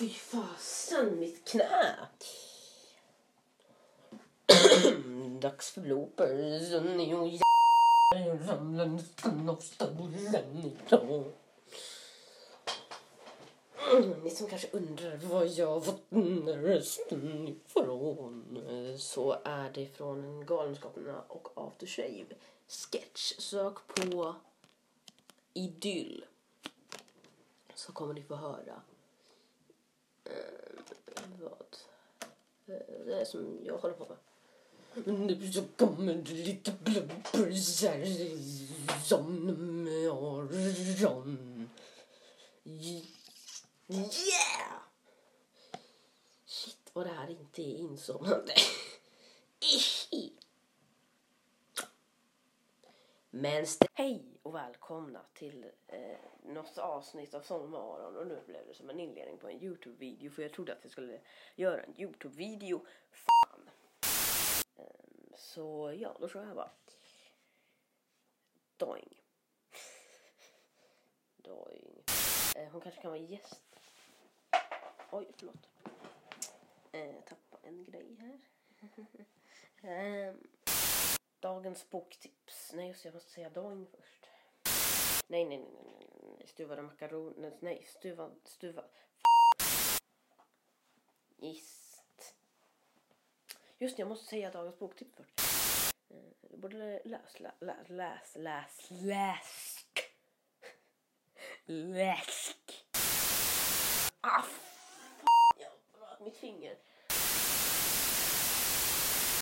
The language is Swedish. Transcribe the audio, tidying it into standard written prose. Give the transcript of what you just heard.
Fy fasen, mitt knä. Dags för bloopers. Ni som kanske undrar vad jag fått rösten ifrån, så är det från Galenskaperna och Aftershave sketch. Sök på Idyll så kommer ni få höra vad det är som jag håller på med. Nu så kommer det lite bloopers här som morgon. Yeah! Shit, vad det här inte är insomnande. Men hej och välkomna till något avsnitt av Sommarmorgon. Och nu blev det som en inledning på en YouTube-video. För jag trodde att jag skulle göra en YouTube-video. Fan. Så ja, då kör jag bara. Doing. Hon kanske kan vara gäst. Oj, förlåt. Tappa en grej här. Dagens boktips. Nej, just jag måste säga Doing först. Nej. Stuvade makaroner. Nej, stuva. Just jag måste säga dagens boktips först. Du borde läsk. Mitt finger.